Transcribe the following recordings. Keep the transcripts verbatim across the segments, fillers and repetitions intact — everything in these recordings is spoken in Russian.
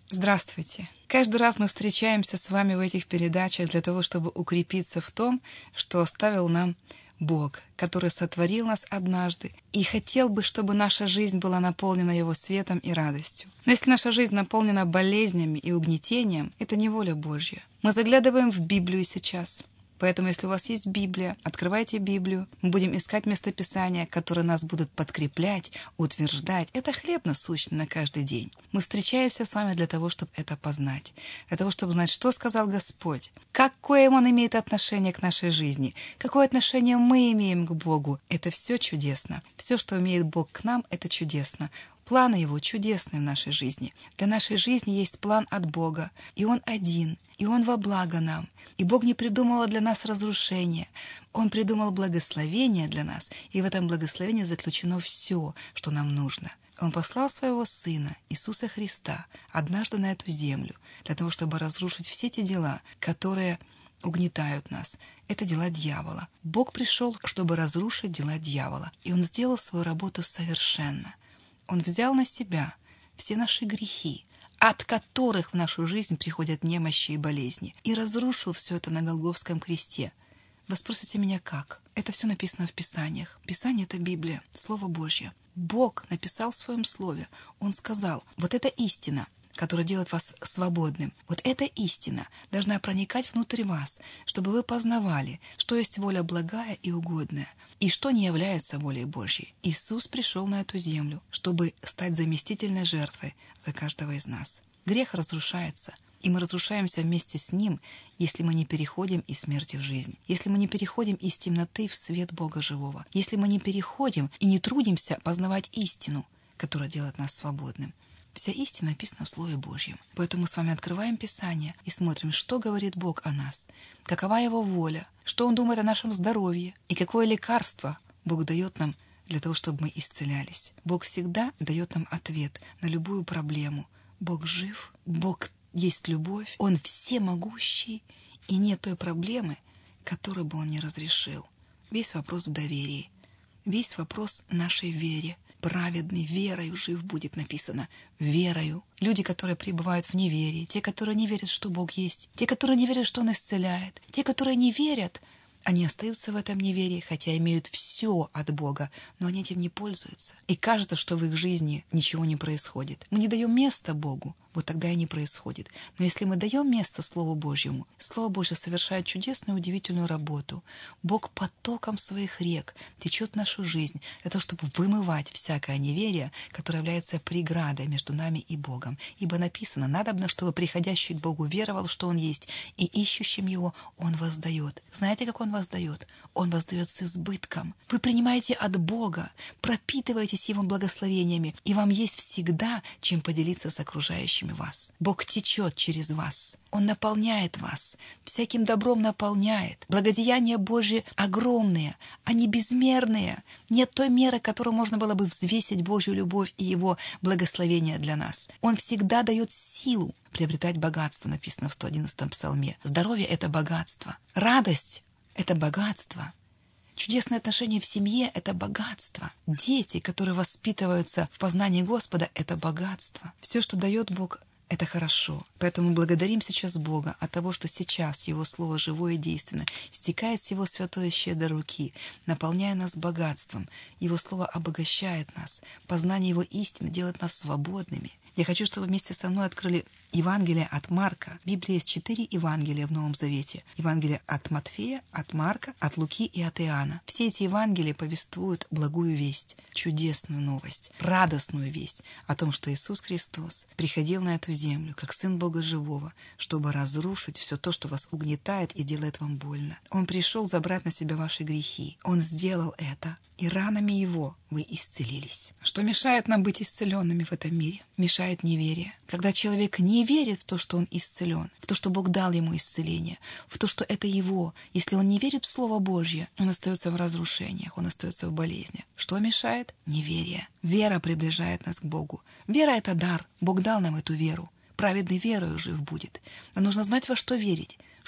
Здравствуйте! Каждый раз мы встречаемся с вами в этих передачах для того, чтобы укрепиться в том, что оставил нам Бог, который сотворил нас однажды и хотел бы, чтобы наша жизнь была наполнена Его светом и радостью. Но если наша жизнь наполнена болезнями и угнетением, это не воля Божья. Мы заглядываем в Библию сейчас. Поэтому, если у вас есть Библия, открывайте Библию. Мы будем искать местописания, которые нас будут подкреплять, утверждать. Это хлеб насущный на каждый день. Мы встречаемся с вами для того, чтобы это познать. Для того, чтобы знать, что сказал Господь. Какое Он имеет отношение к нашей жизни. Какое отношение мы имеем к Богу. Это все чудесно. Все, что имеет Бог к нам, это чудесно. Планы Его чудесные в нашей жизни. Для нашей жизни есть план от Бога. И Он один. И Он во благо нам. И Бог не придумал для нас разрушения. Он придумал благословение для нас. И в этом благословении заключено все, что нам нужно. Он послал Своего Сына, Иисуса Христа, однажды на эту землю, для того, чтобы разрушить все те дела, которые угнетают нас. Это дела дьявола. Бог пришел, чтобы разрушить дела дьявола. И Он сделал свою работу совершенно. Он взял на себя все наши грехи, от которых в нашу жизнь приходят немощи и болезни, и разрушил все это на Голгофском кресте. Вы спросите меня, как? Это все написано в Писаниях. Писание — это Библия, Слово Божье. Бог написал в Своем Слове. Он сказал, вот эта истина, которая делает вас свободным, вот эта истина должна проникать внутрь вас, чтобы вы познавали, что есть воля благая и угодная, и что не является волей Божьей. Иисус пришел на эту землю, чтобы стать заместительной жертвой за каждого из нас. Грех разрушается, и мы разрушаемся вместе с Ним, если мы не переходим из смерти в жизнь, если мы не переходим из темноты в свет Бога живого, если мы не переходим и не трудимся познавать истину, которая делает нас свободным. Вся истина написана в Слове Божьем. Поэтому мы с вами открываем Писание и смотрим, что говорит Бог о нас, какова Его воля, что Он думает о нашем здоровье и какое лекарство Бог дает нам для того, чтобы мы исцелялись. Бог всегда дает нам ответ на любую проблему. Бог жив, Бог есть любовь, Он всемогущий, и нет той проблемы, которую бы Он не разрешил. Весь вопрос в доверии, весь вопрос нашей вере. Праведный верою жив будет, написано. Верою. Люди, которые пребывают в неверии, те, которые не верят, что Бог есть, те, которые не верят, что Он исцеляет, те, которые не верят, они остаются в этом неверии, хотя имеют все от Бога, но они этим не пользуются. И кажется, что в их жизни ничего не происходит. Мы не даем места Богу, вот тогда и не происходит. Но если мы даем место Слову Божьему, Слово Божье совершает чудесную, удивительную работу. Бог потоком своих рек течет в нашу жизнь для того, чтобы вымывать всякое неверие, которое является преградой между нами и Богом. Ибо написано, надобно, чтобы приходящий к Богу веровал, что Он есть, и ищущим Его Он воздает. Знаете, как Он воздает? Он воздает с избытком. Вы принимаете от Бога, пропитываетесь Его благословениями, и вам есть всегда чем поделиться с окружающими вас. Бог течет через вас. Он наполняет вас. Всяким добром наполняет. Благодеяния Божьи огромные. Они безмерные. Нет той меры, которую можно было бы взвесить Божью любовь и Его благословение для нас. Он всегда дает силу приобретать богатство, написано в сто одиннадцатом псалме. Здоровье — это богатство. Радость — это богатство. Чудесные отношения в семье — это богатство. Дети, которые воспитываются в познании Господа — это богатство. Все, что дает Бог, это хорошо. Поэтому благодарим сейчас Бога от того, что сейчас Его Слово живое и действенно стекает с Его святой и щедрой руки, наполняя нас богатством. Его Слово обогащает нас. Познание Его истины делает нас свободными. Я хочу, чтобы вы вместе со мной открыли Евангелие от Марка. В Библии есть четыре Евангелия в Новом Завете. Евангелие от Матфея, от Марка, от Луки и от Иоанна. Все эти Евангелия повествуют благую весть, чудесную новость, радостную весть о том, что Иисус Христос приходил на эту землю, как Сын Бога Живого, чтобы разрушить все то, что вас угнетает и делает вам больно. Он пришел забрать на себя ваши грехи. Он сделал это, и ранами Его вы исцелились. Что мешает нам быть исцеленными в этом мире? Мешает неверие. Когда человек не верит в то, что он исцелен, в то, что Бог дал ему исцеление, в то, что это его, если он не верит в Слово Божье, он остается в разрушениях, он остается в болезнях. Что мешает? Неверие. Вера приближает нас к Богу. Вера — это дар. Бог дал нам эту веру. Праведный верою жив будет. Но нужно знать, во что верить.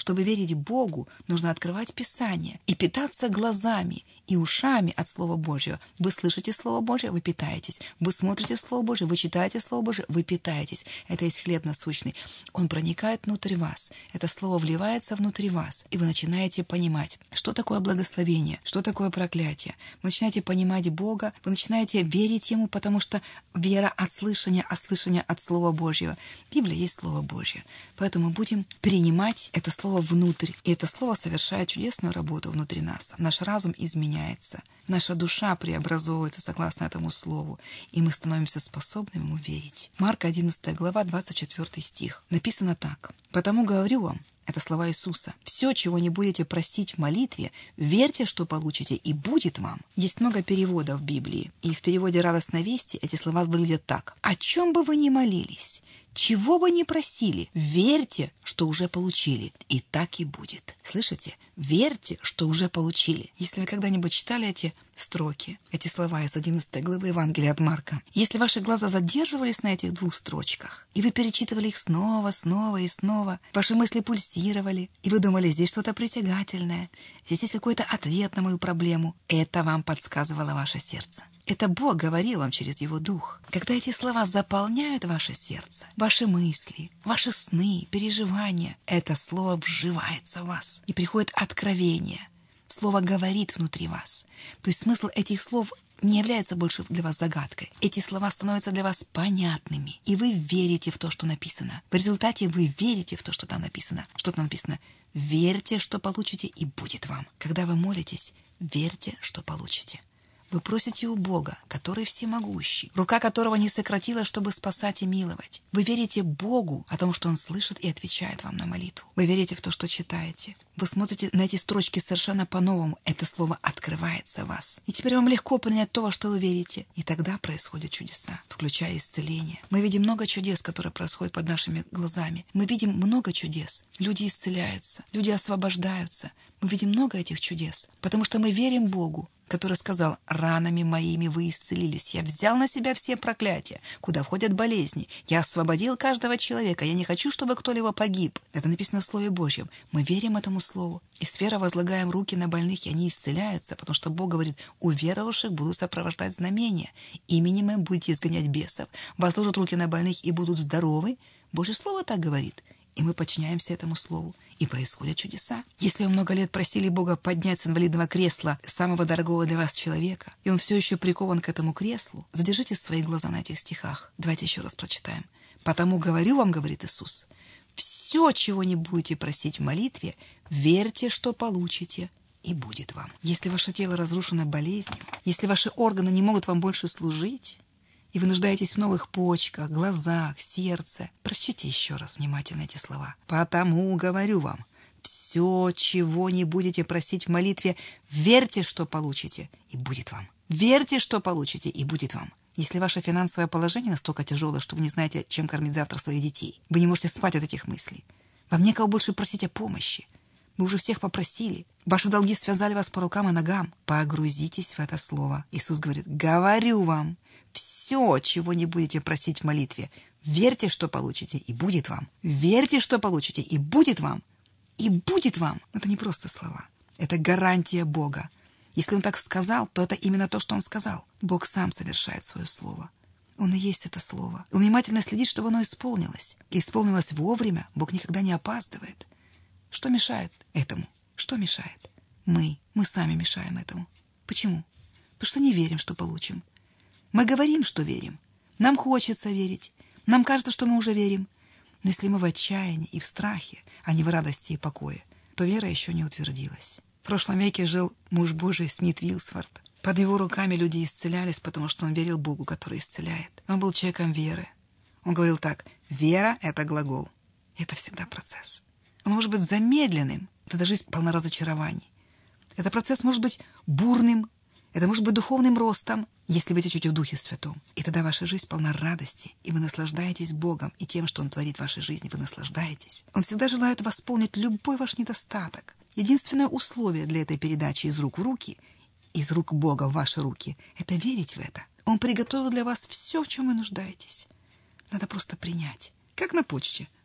Чтобы верить Богу, нужно открывать Писание и питаться глазами и ушами от Слова Божьего. Вы слышите Слово Божье, вы питаетесь. Вы смотрите Слово Божье, вы читаете Слово Божье, вы питаетесь. Это есть хлеб насущный. Он проникает внутрь вас. Это Слово вливается внутри вас. И вы начинаете понимать, что такое благословение, что такое проклятие. Вы начинаете понимать Бога, вы начинаете верить Ему, потому что вера от слышания, а слышание от Слова Божьего. Библия есть Слово Божье. Поэтому будем принимать это Слово внутрь. И это Слово совершает чудесную работу внутри нас. Наш разум изменяется. Наша душа преобразовывается согласно этому Слову. И мы становимся способны Ему верить. Марка одиннадцатая глава, двадцать четвёртый стих. Написано так. «Потому говорю вам, это слова Иисуса. Все, чего не будете просить в молитве, верьте, что получите, и будет вам». Есть много переводов в Библии. И в переводе «Радостной вести» эти слова выглядят так. «О чем бы вы ни молились, чего бы ни просили, верьте, что уже получили, и так и будет». Слышите? Верьте, что уже получили. Если вы когда-нибудь читали эти строки, эти слова из одиннадцатой главы Евангелия от Марка, если ваши глаза задерживались на этих двух строчках, и вы перечитывали их снова, снова и снова, ваши мысли пульсировали, и вы думали, здесь что-то притягательное, здесь есть какой-то ответ на мою проблему, это вам подсказывало ваше сердце. Это Бог говорил вам через Его Дух. Когда эти слова заполняют ваше сердце, ваши мысли, ваши сны, переживания, это слово вживается в вас, и приходит откровение. Слово говорит внутри вас. То есть смысл этих слов не является больше для вас загадкой. Эти слова становятся для вас понятными, и вы верите в то, что написано. В результате вы верите в то, что там написано. Что там написано? Верьте, что получите, и будет вам. Когда вы молитесь, верьте, что получите. Вы просите у Бога, который всемогущий, рука которого не сократилась, чтобы спасать и миловать. Вы верите Богу о том, что Он слышит и отвечает вам на молитву. Вы верите в то, что читаете. Вы смотрите на эти строчки совершенно по-новому. Это слово открывается в вас. И теперь вам легко принять то, во что вы верите. И тогда происходят чудеса, включая исцеление. Мы видим много чудес, которые происходят под нашими глазами. Мы видим много чудес. Люди исцеляются, люди освобождаются. Мы видим много этих чудес, потому что мы верим Богу, который сказал: «Ранами моими вы исцелились. Я взял на себя все проклятия, куда входят болезни. Я освободил каждого человека. Я не хочу, чтобы кто-либо погиб». Это написано в Слове Божьем. Мы верим этому Слову. И с верой возлагаем руки на больных, и они исцеляются, потому что Бог говорит: «У веровавших будут сопровождать знамения. Именем моим будете изгонять бесов. Возложат руки на больных и будут здоровы». Божье Слово так говорит. И мы подчиняемся этому слову, и происходят чудеса. Если вы много лет просили Бога поднять с инвалидного кресла самого дорогого для вас человека, и он все еще прикован к этому креслу, задержите свои глаза на этих стихах. Давайте еще раз прочитаем. «Потому говорю вам, — говорит Иисус, — все, чего не будете просить в молитве, верьте, что получите, и будет вам». Если ваше тело разрушено болезнью, если ваши органы не могут вам больше служить, и вы нуждаетесь в новых почках, глазах, сердце, прочтите еще раз внимательно эти слова. «Потому говорю вам, все, чего не будете просить в молитве, верьте, что получите, и будет вам». Верьте, что получите, и будет вам. Если ваше финансовое положение настолько тяжелое, что вы не знаете, чем кормить завтра своих детей, вы не можете спать от этих мыслей, вам некого больше просить о помощи, вы уже всех попросили, ваши долги связали вас по рукам и ногам, погрузитесь в это слово. Иисус говорит: «Говорю вам, все, чего не будете просить в молитве, верьте, что получите, и будет вам». Верьте, что получите, и будет вам. И будет вам. Это не просто слова. Это гарантия Бога. Если Он так сказал, то это именно то, что Он сказал. Бог сам совершает свое слово. Он и есть это слово. Он внимательно следит, чтобы оно исполнилось. И исполнилось вовремя. Бог никогда не опаздывает. Что мешает этому? Что мешает? Мы. Мы сами мешаем этому. Почему? Потому что не верим, что получим. Мы говорим, что верим. Нам хочется верить. Нам кажется, что мы уже верим. Но если мы в отчаянии и в страхе, а не в радости и покое, то вера еще не утвердилась. В прошлом веке жил муж Божий Смит Вилсворт. Под его руками люди исцелялись, потому что он верил Богу, который исцеляет. Он был человеком веры. Он говорил так: «Вера — это глагол». Это всегда процесс. Он может быть замедленным. Это жизнь полна разочарований. Этот процесс может быть бурным. Это может быть духовным ростом, если вы течете в Духе Святом. И тогда ваша жизнь полна радости, и вы наслаждаетесь Богом и тем, что Он творит в вашей жизни. Вы наслаждаетесь. Он всегда желает восполнить любой ваш недостаток. Единственное условие для этой передачи из рук в руки, из рук Бога в ваши руки, это верить в это. Он приготовил для вас все, в чем вы нуждаетесь. Надо просто принять. Как на почте.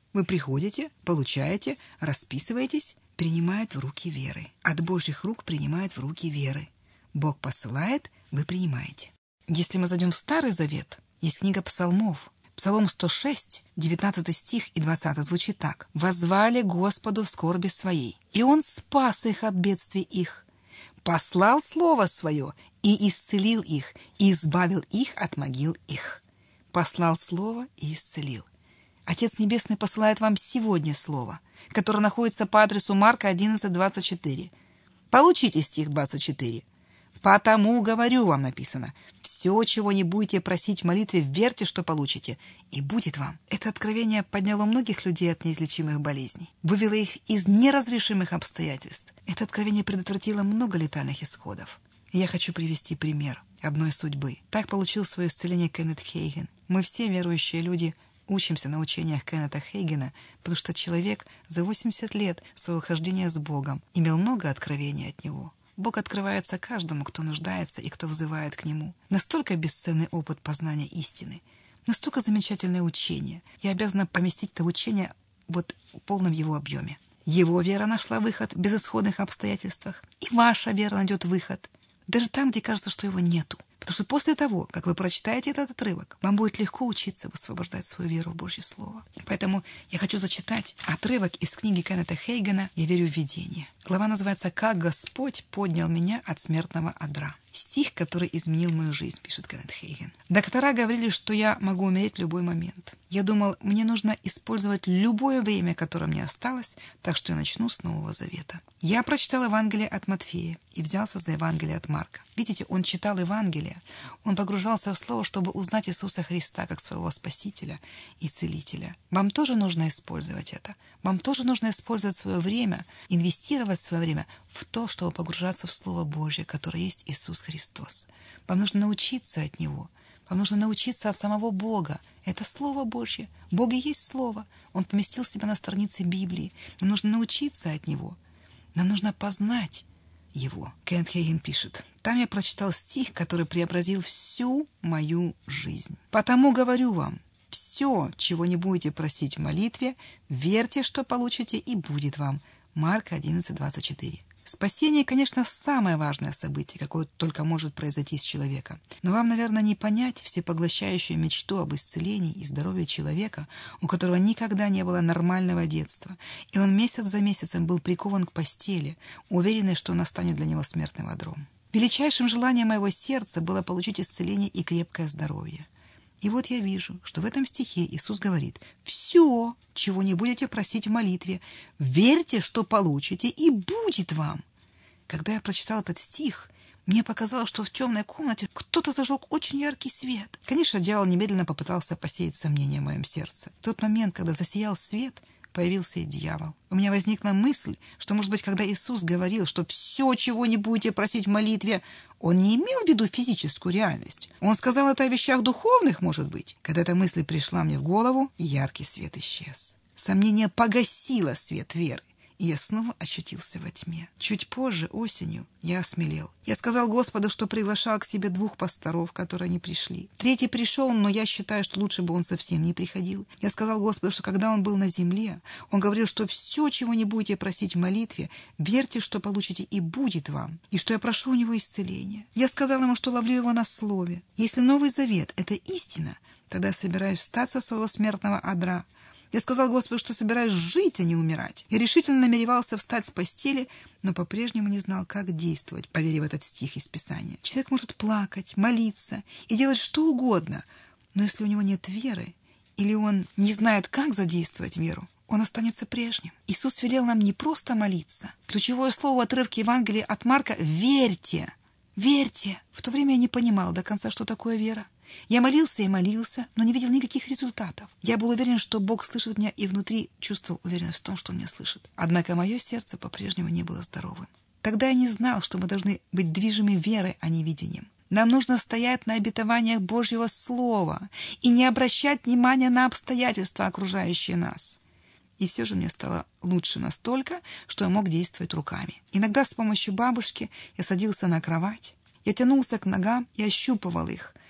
Вы приходите, получаете, расписываетесь, принимает в руки веры. От Божьих рук принимает в руки веры. Бог посылает, вы принимаете. Если мы зайдем в Старый Завет, есть книга Псалмов. Псалом сто шесть, девятнадцатый стих и двадцатый звучит так. «Воззвали Господу в скорби своей, и Он спас их от бедствий их, послал Слово Свое и исцелил их, и избавил их от могил их». Послал Слово и исцелил. Отец Небесный посылает вам сегодня Слово, которое находится по адресу Марка одиннадцать, двадцать четыре. Получите стих двадцать четыре. «Потому, говорю вам», написано, «все, чего не будете просить в молитве, верьте, что получите, и будет вам». Это откровение подняло многих людей от неизлечимых болезней, вывело их из неразрешимых обстоятельств. Это откровение предотвратило много летальных исходов. И я хочу привести пример одной судьбы. Так получил свое исцеление Кеннет Хейген. Мы все, верующие люди, учимся на учениях Кеннета Хейгена, потому что человек за восемьдесят лет своего хождения с Богом имел много откровений от Него. Бог открывается каждому, кто нуждается и кто взывает к Нему. Настолько бесценный опыт познания истины, настолько замечательное учение. Я обязана поместить это учение вот в полном его объеме. Его вера нашла выход в безысходных обстоятельствах, и ваша вера найдет выход, даже там, где кажется, что его нету. Потому что после того, как вы прочитаете этот отрывок, вам будет легко учиться высвобождать свою веру в Божье Слово. Поэтому я хочу зачитать отрывок из книги Кеннета Хейгена «Я верю в видение». Глава называется «Как Господь поднял меня от смертного одра». Стих, который изменил мою жизнь, пишет Кеннет Хейген. Доктора говорили, что я могу умереть в любой момент. Я думал, мне нужно использовать любое время, которое мне осталось, так что я начну с Нового Завета. Я прочитал Евангелие от Матфея и взялся за Евангелие от Марка. Видите, он читал Евангелие, он погружался в Слово, чтобы узнать Иисуса Христа как своего Спасителя и Целителя. Вам тоже нужно использовать это. Вам тоже нужно использовать свое время, инвестировать свое время в то, чтобы погружаться в Слово Божье, которое есть Иисус Христос. Вам нужно научиться от Него. Вам нужно научиться от самого Бога. Это Слово Божье. Бог и есть Слово. Он поместил себя на странице Библии. Нам нужно научиться от Него. Нам нужно познать Его. Кеннет Хейген пишет. Там я прочитал стих, который преобразил всю мою жизнь. «Потому говорю вам, все, чего не будете просить в молитве, верьте, что получите, и будет вам». Марка одиннадцать, двадцать четыре. Спасение, конечно, самое важное событие, какое только может произойти с человеком. Но вам, наверное, не понять всепоглощающую мечту об исцелении и здоровье человека, у которого никогда не было нормального детства, и он месяц за месяцем был прикован к постели, уверенный, что настанет для него смертным одром. Величайшим желанием моего сердца было получить исцеление и крепкое здоровье. И вот я вижу, что в этом стихе Иисус говорит: «Все, чего не будете просить в молитве, верьте, что получите, и будет вам». Когда я прочитал этот стих, мне показалось, что в темной комнате кто-то зажег очень яркий свет. Конечно, дьявол немедленно попытался посеять сомнения в моем сердце. В тот момент, когда засиял свет, появился и дьявол. У меня возникла мысль, что, может быть, когда Иисус говорил, что все, чего не будете просить в молитве, Он не имел в виду физическую реальность. Он сказал это о вещах духовных, может быть. Когда эта мысль пришла мне в голову, яркий свет исчез. Сомнение погасило свет веры, и я снова ощутился во тьме. Чуть позже, осенью, я осмелел. Я сказал Господу, что приглашал к себе двух пасторов, которые не пришли. Третий пришел, но я считаю, что лучше бы он совсем не приходил. Я сказал Господу, что когда он был на земле, он говорил, что все, чего не будете просить в молитве, верьте, что получите, и будет вам, и что я прошу у него исцеления. Я сказал ему, что ловлю его на слове. Если Новый Завет — это истина, тогда я собираюсь встать со своего смертного одра. Я сказал Господу, что собираюсь жить, а не умирать. Я решительно намеревался встать с постели, но по-прежнему не знал, как действовать, поверив в этот стих из Писания. Человек может плакать, молиться и делать что угодно, но если у него нет веры, или он не знает, как задействовать веру, он останется прежним. Иисус велел нам не просто молиться. Ключевое слово в отрывке Евангелия от Марка — «верьте». Верьте. В то время я не понимал до конца, что такое вера. Я молился и молился, но не видел никаких результатов. Я был уверен, что Бог слышит меня, и внутри чувствовал уверенность в том, что Он меня слышит. Однако мое сердце по-прежнему не было здоровым. Тогда я не знал, что мы должны быть движимы верой, а не видением. Нам нужно стоять на обетованиях Божьего Слова и не обращать внимания на обстоятельства, окружающие нас. И все же мне стало лучше настолько, что я мог действовать руками. Иногда с помощью бабушки я садился на кровать, я тянулся к ногам и ощупывал их.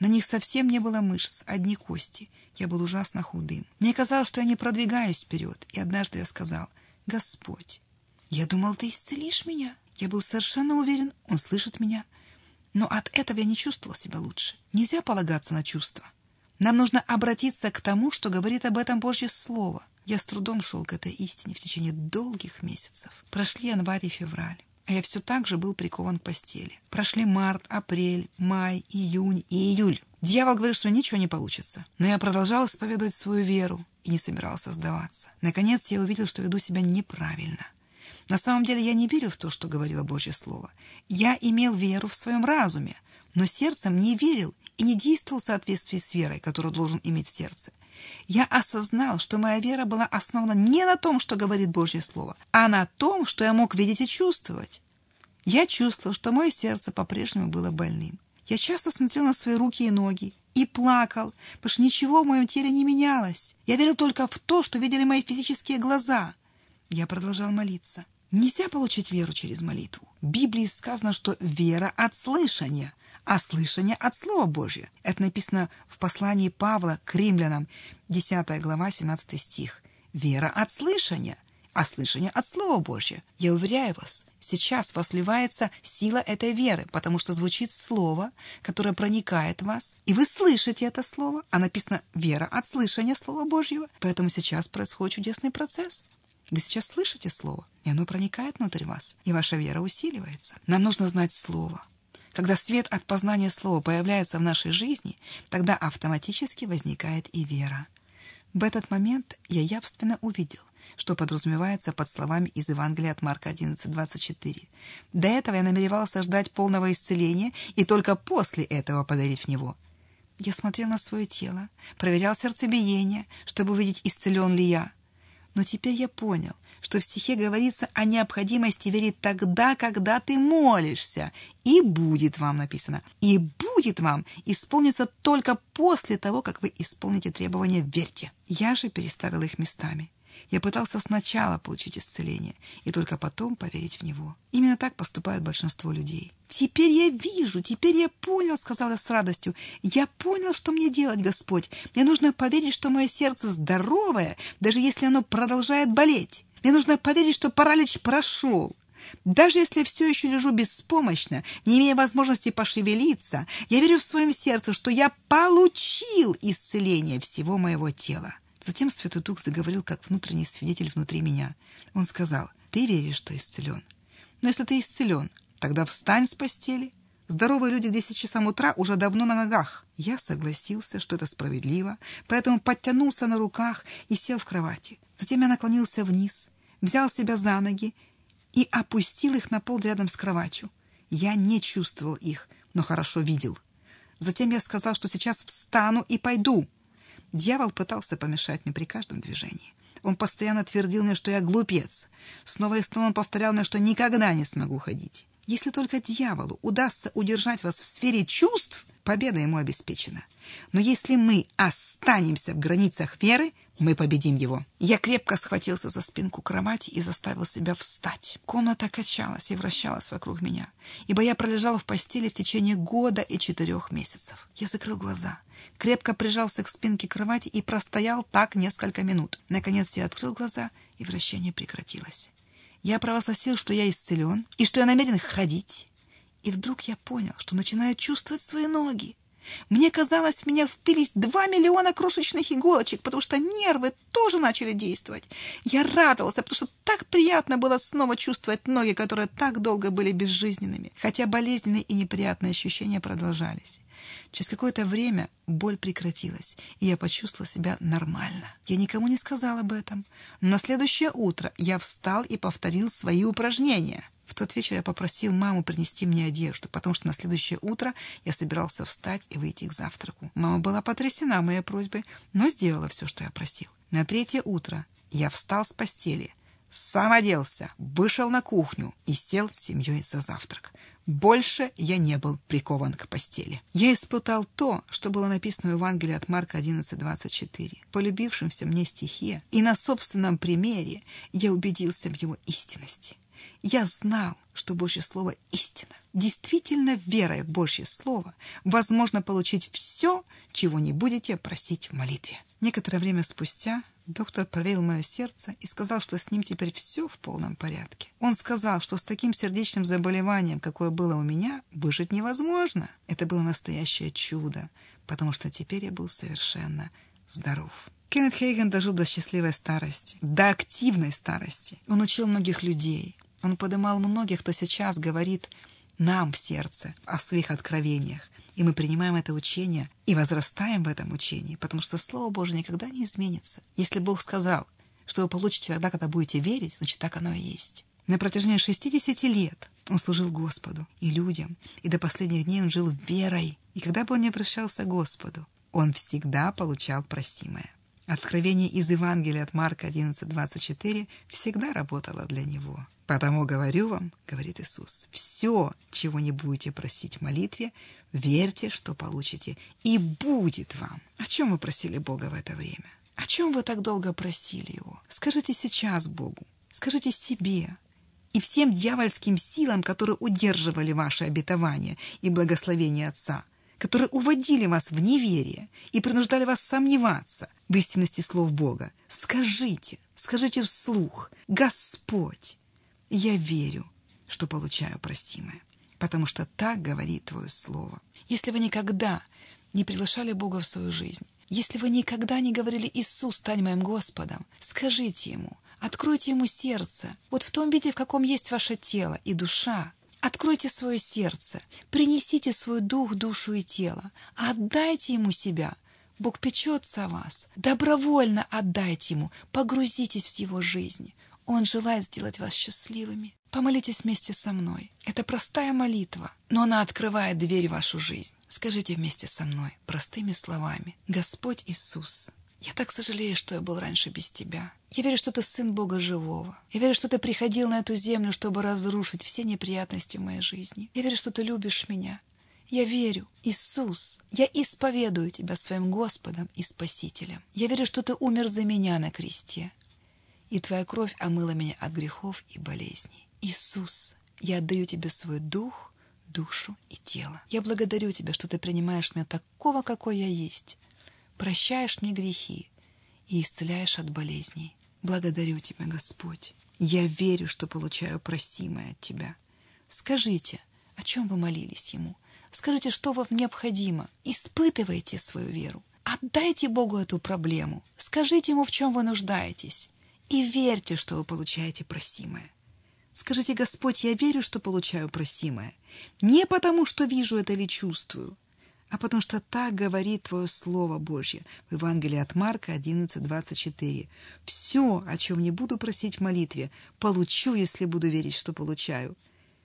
На них совсем не было мышц, одни кости. Я был ужасно худым. Мне казалось, что я не продвигаюсь вперед. И однажды я сказал: «Господь, я думал, Ты исцелишь меня». Я был совершенно уверен, Он слышит меня. Но от этого я не чувствовал себя лучше. Нельзя полагаться на чувства. Нам нужно обратиться к тому, что говорит об этом Божье Слово. Я с трудом шел к этой истине в течение долгих месяцев. Прошли январь и февраль, а я все так же был прикован к постели. Прошли март, апрель, май, июнь и июль. Дьявол говорит, что ничего не получится. Но я продолжал исповедовать свою веру и не собирался сдаваться. Наконец я увидел, что веду себя неправильно. На самом деле я не верил в то, что говорило Божье Слово. Я имел веру в своем разуме, но сердцем не верил и не действовал в соответствии с верой, которую должен иметь в сердце. Я осознал, что моя вера была основана не на том, что говорит Божье Слово, а на том, что я мог видеть и чувствовать. Я чувствовал, что мое сердце по-прежнему было больным. Я часто смотрел на свои руки и ноги и плакал, потому что ничего в моем теле не менялось. Я верил только в то, что видели мои физические глаза. Я продолжал молиться. Нельзя получить веру через молитву. В Библии сказано, что вера от слышания, а слышание от Слова Божьего. Это написано в послании Павла к римлянам, десятая глава, семнадцатый стих. Вера от слышания, а слышание от Слова Божьего. Я уверяю вас, сейчас в вас вливается сила этой веры, потому что звучит Слово, которое проникает в вас, и вы слышите это Слово, а написано «вера от слышания Слова Божьего». Поэтому сейчас происходит чудесный процесс. Вы сейчас слышите Слово, и оно проникает внутрь вас, и ваша вера усиливается. Нам нужно знать Слово. Когда свет от познания Слова появляется в нашей жизни, тогда автоматически возникает и вера. В этот момент я явственно увидел, что подразумевается под словами из Евангелия от Марка одиннадцать двадцать четыре. До этого я намеревался ждать полного исцеления и только после этого поверить в него. Я смотрел на свое тело, проверял сердцебиение, чтобы увидеть, исцелен ли я. Но теперь я понял, что в стихе говорится о необходимости верить тогда, когда ты молишься. И будет вам написано. И будет вам исполниться только после того, как вы исполните требования «верьте». Я же переставил их местами. Я пытался сначала получить исцеление и только потом поверить в него. Именно так поступает большинство людей. «Теперь я вижу, теперь я понял», — сказал я с радостью. «Я понял, что мне делать, Господь. Мне нужно поверить, что мое сердце здоровое, даже если оно продолжает болеть. Мне нужно поверить, что паралич прошел. Даже если я все еще лежу беспомощно, не имея возможности пошевелиться, я верю в своем сердце, что я получил исцеление всего моего тела». Затем Святой Дух заговорил, как внутренний свидетель внутри меня. Он сказал: «Ты веришь, что исцелен? Но если ты исцелен, тогда встань с постели. Здоровые люди к десяти часам утра уже давно на ногах». Я согласился, что это справедливо, поэтому подтянулся на руках и сел в кровати. Затем я наклонился вниз, взял себя за ноги и опустил их на пол рядом с кроватью. Я не чувствовал их, но хорошо видел. Затем я сказал, что сейчас встану и пойду. Дьявол пытался помешать мне при каждом движении. Он постоянно твердил мне, что я глупец. Снова и снова он повторял мне, что никогда не смогу ходить. Если только дьяволу удастся удержать вас в сфере чувств, победа ему обеспечена. Но если мы останемся в границах веры, мы победим его. Я крепко схватился за спинку кровати и заставил себя встать. Комната качалась и вращалась вокруг меня, ибо я пролежал в постели в течение года и четырех месяцев. Я закрыл глаза, крепко прижался к спинке кровати и простоял так несколько минут. Наконец я открыл глаза, и вращение прекратилось. Я провозгласил, что я исцелен и что я намерен ходить. И вдруг я понял, что начинаю чувствовать свои ноги. Мне казалось, в меня впились два миллиона крошечных иголочек, потому что нервы тоже начали действовать. Я радовался, потому что так приятно было снова чувствовать ноги, которые так долго были безжизненными, хотя болезненные и неприятные ощущения продолжались. Через какое-то время боль прекратилась, и я почувствовала себя нормально. Я никому не сказал об этом, но на следующее утро я встал и повторил свои упражнения. В тот вечер я попросил маму принести мне одежду, потому что на следующее утро я собирался встать и выйти к завтраку. Мама была потрясена моей просьбой, но сделала все, что я просил. На третье утро я встал с постели, сам оделся, вышел на кухню и сел с семьей за завтрак. Больше я не был прикован к постели. Я испытал то, что было написано в Евангелии от Марка одиннадцать двадцать четыре. В полюбившемся мне стихе и на собственном примере я убедился в его истинности. Я знал, что Божье Слово истина. Действительно, верой в Божье Слово возможно получить все, чего не будете просить в молитве. Некоторое время спустя доктор проверил мое сердце и сказал, что с ним теперь все в полном порядке. Он сказал, что с таким сердечным заболеванием, какое было у меня, выжить невозможно. Это было настоящее чудо, потому что теперь я был совершенно здоров. Кеннет Хейген дожил до счастливой старости, до активной старости. Он учил многих людей. Он поднимал многих, кто сейчас говорит нам в сердце о своих откровениях. И мы принимаем это учение и возрастаем в этом учении, потому что Слово Божие никогда не изменится. Если Бог сказал, что вы получите тогда, когда будете верить, значит, так оно и есть. На протяжении шестидесяти лет он служил Господу и людям, и до последних дней он жил верой. И когда бы он не обращался к Господу, он всегда получал просимое. Откровение из Евангелия от Марка одиннадцать двадцать четыре всегда работало для него. «Потому говорю вам, — говорит Иисус, — все, чего не будете просить в молитве, верьте, что получите, и будет вам». О чем вы просили Бога в это время? О чем вы так долго просили Его? Скажите сейчас Богу, скажите себе и всем дьявольским силам, которые удерживали ваши обетования и благословения Отца, которые уводили вас в неверие и принуждали вас сомневаться в истинности слов Бога. Скажите, скажите вслух: «Господь, я верю, что получаю просимое, потому что так говорит Твое Слово». Если вы никогда не приглашали Бога в свою жизнь, если вы никогда не говорили: «Иисус, стань моим Господом», скажите Ему, откройте Ему сердце, вот в том виде, в каком есть ваше тело и душа. Откройте свое сердце, принесите свой дух, душу и тело, отдайте Ему себя. Бог печется о вас. Добровольно отдайте Ему, погрузитесь в Его жизнь. Он желает сделать вас счастливыми. Помолитесь вместе со мной. Это простая молитва, но она открывает дверь в вашу жизнь. Скажите вместе со мной простыми словами: «Господь Иисус, я так сожалею, что я был раньше без Тебя. Я верю, что Ты Сын Бога Живого. Я верю, что Ты приходил на эту землю, чтобы разрушить все неприятности в моей жизни. Я верю, что Ты любишь меня. Я верю, Иисус, я исповедую Тебя своим Господом и Спасителем. Я верю, что Ты умер за меня на кресте, и Твоя кровь омыла меня от грехов и болезней. Иисус, я отдаю Тебе свой дух, душу и тело. Я благодарю Тебя, что Ты принимаешь меня такого, какой я есть, прощаешь мне грехи и исцеляешь от болезней. Благодарю Тебя, Господь. Я верю, что получаю просимое от Тебя. Скажите, о чем вы молились Ему. Скажите, что вам необходимо. Испытывайте свою веру. Отдайте Богу эту проблему. Скажите Ему, в чем вы нуждаетесь. И верьте, что вы получаете просимое. Скажите: «Господь, я верю, что получаю просимое. Не потому, что вижу это или чувствую, а потому что так говорит Твое Слово Божье» в Евангелии от Марка одиннадцать двадцать четыре. «Все, о чем не буду просить в молитве, получу, если буду верить, что получаю».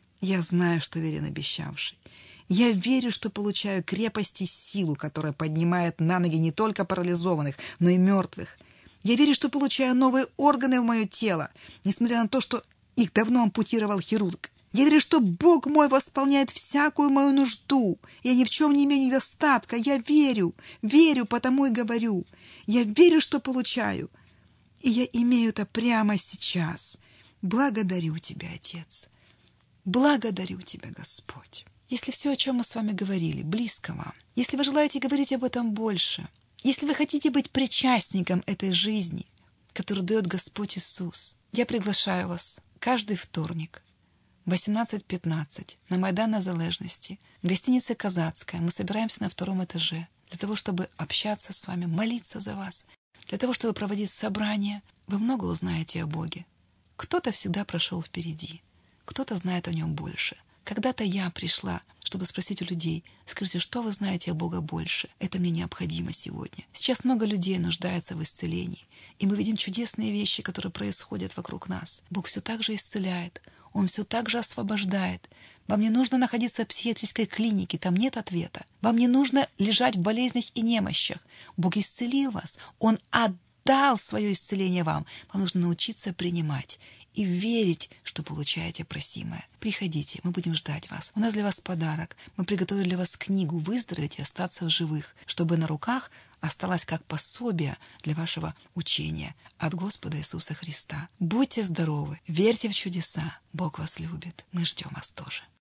Я знаю, что верен обещавший. Я верю, что получаю крепость и силу, которая поднимает на ноги не только парализованных, но и мертвых. Я верю, что получаю новые органы в мое тело, несмотря на то, что их давно ампутировал хирург. Я верю, что Бог мой восполняет всякую мою нужду. Я ни в чем не имею недостатка. Я верю, верю, потому и говорю. Я верю, что получаю. И я имею это прямо сейчас. Благодарю Тебя, Отец. Благодарю Тебя, Господь. Если все, о чем мы с вами говорили, близко вам, если вы желаете говорить об этом больше, если вы хотите быть причастником этой жизни, которую дает Господь Иисус, я приглашаю вас каждый вторник в восемнадцать пятнадцать на Майдан Незалежности, в гостинице «Казацкая». Мы собираемся на втором этаже для того, чтобы общаться с вами, молиться за вас, для того, чтобы проводить собрания. Вы много узнаете о Боге. Кто-то всегда прошел впереди, кто-то знает о Нем больше. Когда-то я пришла, чтобы спросить у людей: скажите, что вы знаете о Боге больше? Это мне необходимо сегодня. Сейчас много людей нуждается в исцелении, и мы видим чудесные вещи, которые происходят вокруг нас. Бог все так же исцеляет, Он все так же освобождает. Вам не нужно находиться в психиатрической клинике, там нет ответа. Вам не нужно лежать в болезнях и немощах. Бог исцелил вас, Он отдал свое исцеление вам. Вам нужно научиться принимать и верить, что получаете просимое. Приходите, мы будем ждать вас. У нас для вас подарок. Мы приготовили для вас книгу «Выздороветь и остаться в живых», чтобы на руках осталось как пособие для вашего учения от Господа Иисуса Христа. Будьте здоровы, верьте в чудеса. Бог вас любит. Мы ждем вас тоже.